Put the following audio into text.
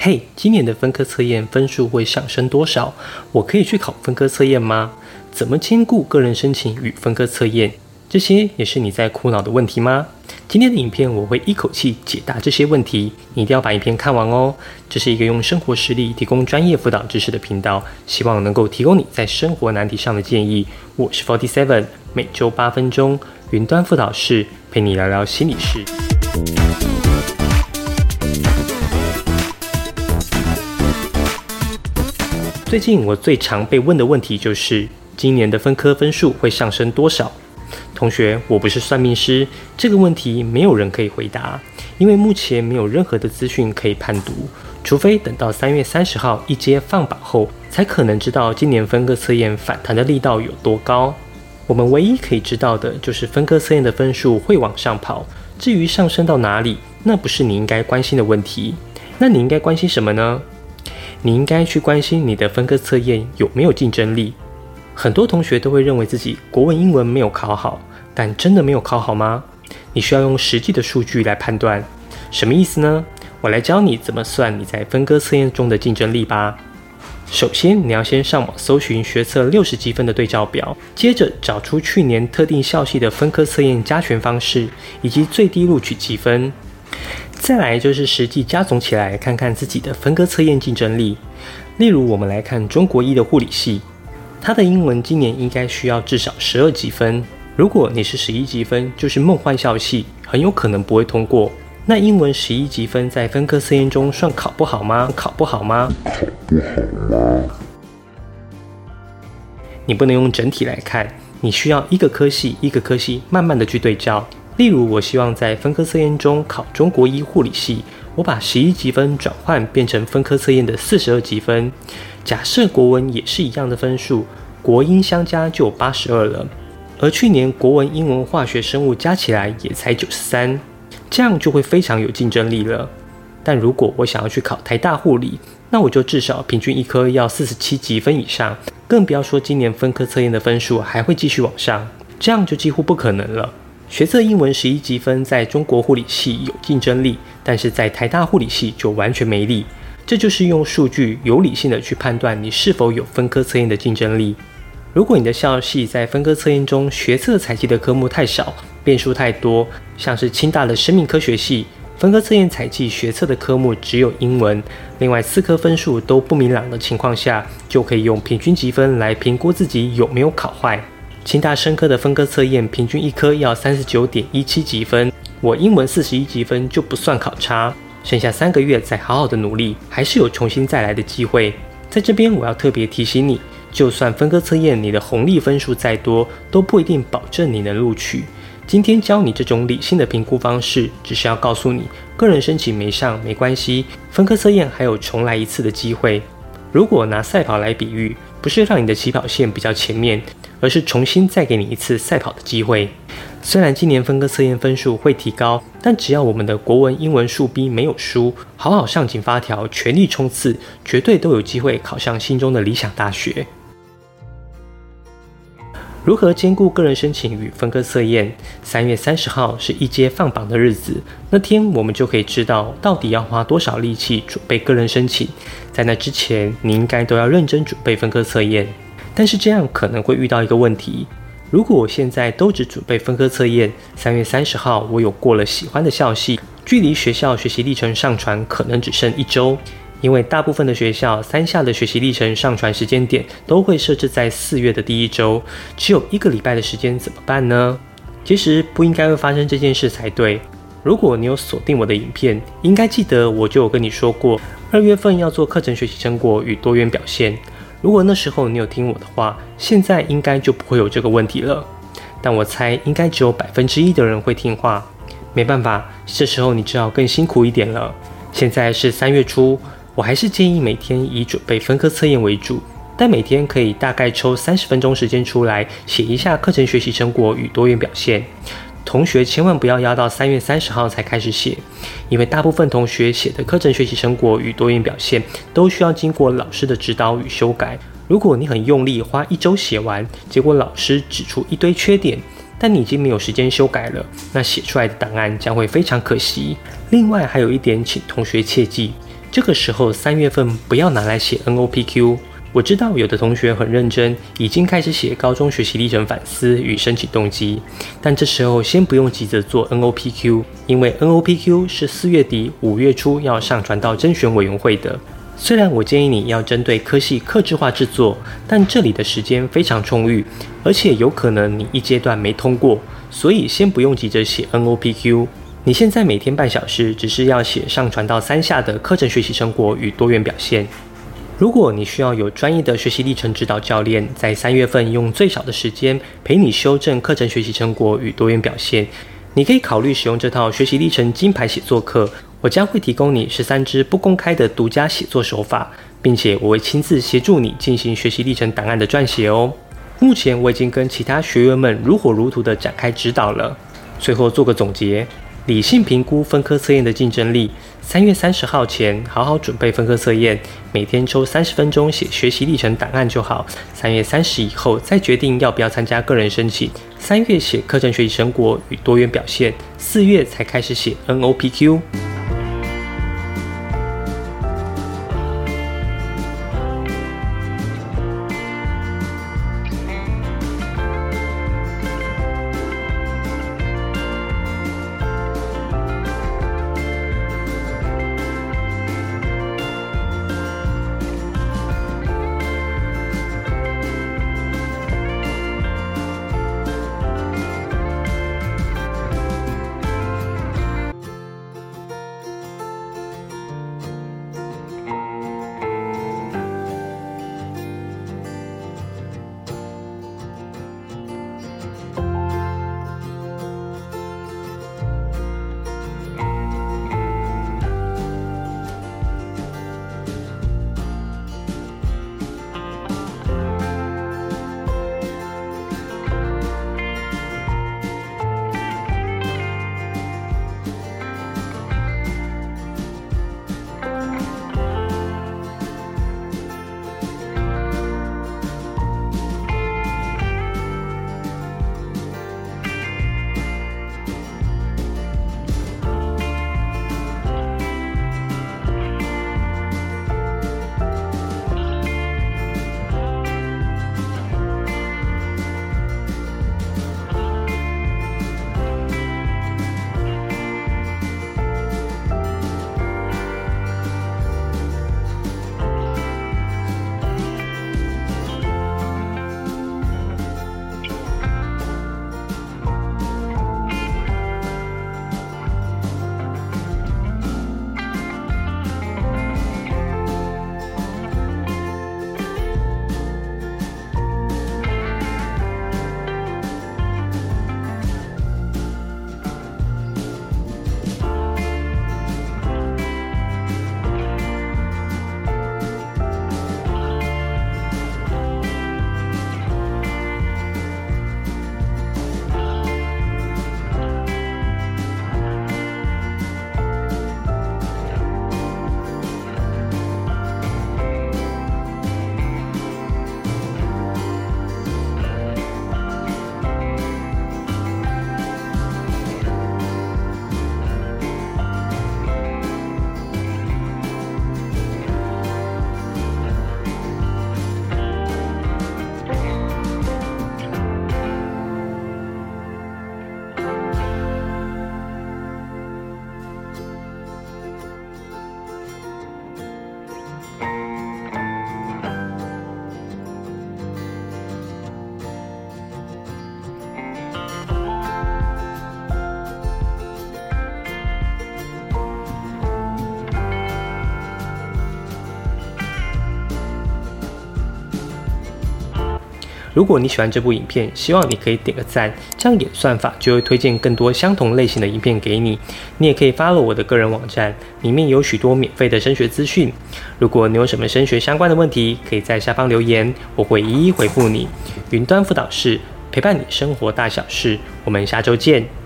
嘿，今年的分科测验分数会上升多少？我可以去考分科测验吗？怎么兼顾个人申请与分科测验？这些也是你在苦恼的问题吗？今天的影片我会一口气解答这些问题，你一定要把影片看完哦。这是一个用生活实例提供专业辅导知识的频道，希望能够提供你在生活难题上的建议。我是 47， 每周8分钟，云端辅导室陪你聊聊心理事。最近我最常被问的问题就是，今年的分科分数会上升多少？同学，我不是算命师，这个问题没有人可以回答，因为目前没有任何的资讯可以判读，除非等到3月30号一阶放榜后，才可能知道今年分科测验反弹的力道有多高。我们唯一可以知道的就是分科测验的分数会往上跑，至于上升到哪里，那不是你应该关心的问题。那你应该关心什么呢？你应该去关心你的分科测验有没有竞争力。很多同学都会认为自己国文、英文没有考好，但真的没有考好吗？你需要用实际的数据来判断。什么意思呢？我来教你怎么算你在分科测验中的竞争力吧。首先，你要先上网搜寻学测60积分的对照表，接着找出去年特定校系的分科测验加权方式以及最低录取积分。再来就是实际加总起来，看看自己的分科测验竞争力。例如，我们来看中国一的护理系，它的英文今年应该需要至少12积分。如果你是11积分，就是梦幻校系，很有可能不会通过。那英文11积分在分科测验中算考不好吗？考不好吗？你不能用整体来看，你需要一个科系一个科系慢慢的去对照。例如，我希望在分科测验中考中国一护理系，我把11积分转换变成分科测验的42积分。假设国文也是一样的分数，国英相加就有82了，而去年国文、英文、化学、生物加起来也才93，这样就会非常有竞争力了。但如果我想要去考台大护理，那我就至少平均一科要47积分以上，更不要说今年分科测验的分数还会继续往上，这样就几乎不可能了。学测英文11积分在中国护理系有竞争力，但是在台大护理系就完全没力。这就是用数据有理性的去判断你是否有分科测验的竞争力。如果你的校系在分科测验中学测采集的科目太少，变数太多，像是清大的生命科学系，分科测验采集学测的科目只有英文，另外4科分数都不明朗的情况下，就可以用平均积分来评估自己有没有考坏。清大生科的分科测验平均一科要39.17积分，我英文41积分就不算考差，剩下3个月再好好的努力，还是有重新再来的机会。在这边我要特别提醒你，就算分科测验你的红利分数再多，都不一定保证你能录取。今天教你这种理性的评估方式，只是要告诉你，个人申请没上没关系，分科测验还有重来一次的机会。如果拿赛跑来比喻，不是让你的起跑线比较前面，而是重新再给你一次赛跑的机会。虽然今年分科测验分数会提高，但只要我们的国文、英文、数 B 没有输，好好上紧发条，全力冲刺，绝对都有机会考上心中的理想大学。如何兼顾个人申请与分科测验？3月30号是一阶放榜的日子，那天我们就可以知道到底要花多少力气准备个人申请。在那之前，你应该都要认真准备分科测验。但是这样可能会遇到一个问题，如果我现在都只准备分科测验，3月30号我有过了喜欢的校系，距离学校学习历程上传可能只剩1周。因为大部分的学校3下的学习历程上传时间点都会设置在4月的第1周，只有1个礼拜的时间怎么办呢？其实不应该会发生这件事才对。如果你有锁定我的影片，应该记得我就有跟你说过，2月份要做课程学习成果与多元表现。如果那时候你有听我的话，现在应该就不会有这个问题了。但我猜应该只有1%的人会听话。没办法，这时候你只好更辛苦一点了。现在是3月初，我还是建议每天以准备分科测验为主，但每天可以大概抽30分钟时间出来写一下课程学习成果与多元表现。同学千万不要压到3月30号才开始写，因为大部分同学写的课程学习成果与多元表现都需要经过老师的指导与修改。如果你很用力花1周写完，结果老师指出一堆缺点，但你已经没有时间修改了，那写出来的档案将会非常可惜。另外还有一点，请同学切记， 这个时候3月份不要拿来写 NOPQ。我知道有的同学很认真，已经开始写高中学习历程反思与申请动机，但这时候先不用急着做 NOPQ， 因为 NOPQ 是4月底5月初要上传到甄选委员会的。虽然我建议你要针对科系客制化制作，但这里的时间非常充裕，而且有可能你一阶段没通过，所以先不用急着写 NOPQ。你现在每天半小时，只是要写上传到3下的课程学习成果与多元表现。如果你需要有专业的学习历程指导教练，在3月份用最少的时间陪你修正课程学习成果与多元表现，你可以考虑使用这套学习历程金牌写作课。我将会提供你13支不公开的独家写作手法，并且我会亲自协助你进行学习历程档案的撰写哦。目前我已经跟其他学员们如火如荼地展开指导了。最后做个总结，理性评估分科测验的竞争力。3月30号前好好准备分科测验，每天抽30分钟写学习历程档案就好。3月30以后再决定要不要参加个人申请。3月写课程学习成果与多元表现，4月才开始写 NOPQ。如果你喜欢这部影片，希望你可以点个赞，这样演算法就会推荐更多相同类型的影片给你。你也可以 follow 我的个人网站，里面有许多免费的升学资讯。如果你有什么升学相关的问题，可以在下方留言，我会一一回复你。云端辅导室陪伴你生活大小事，我们下周见。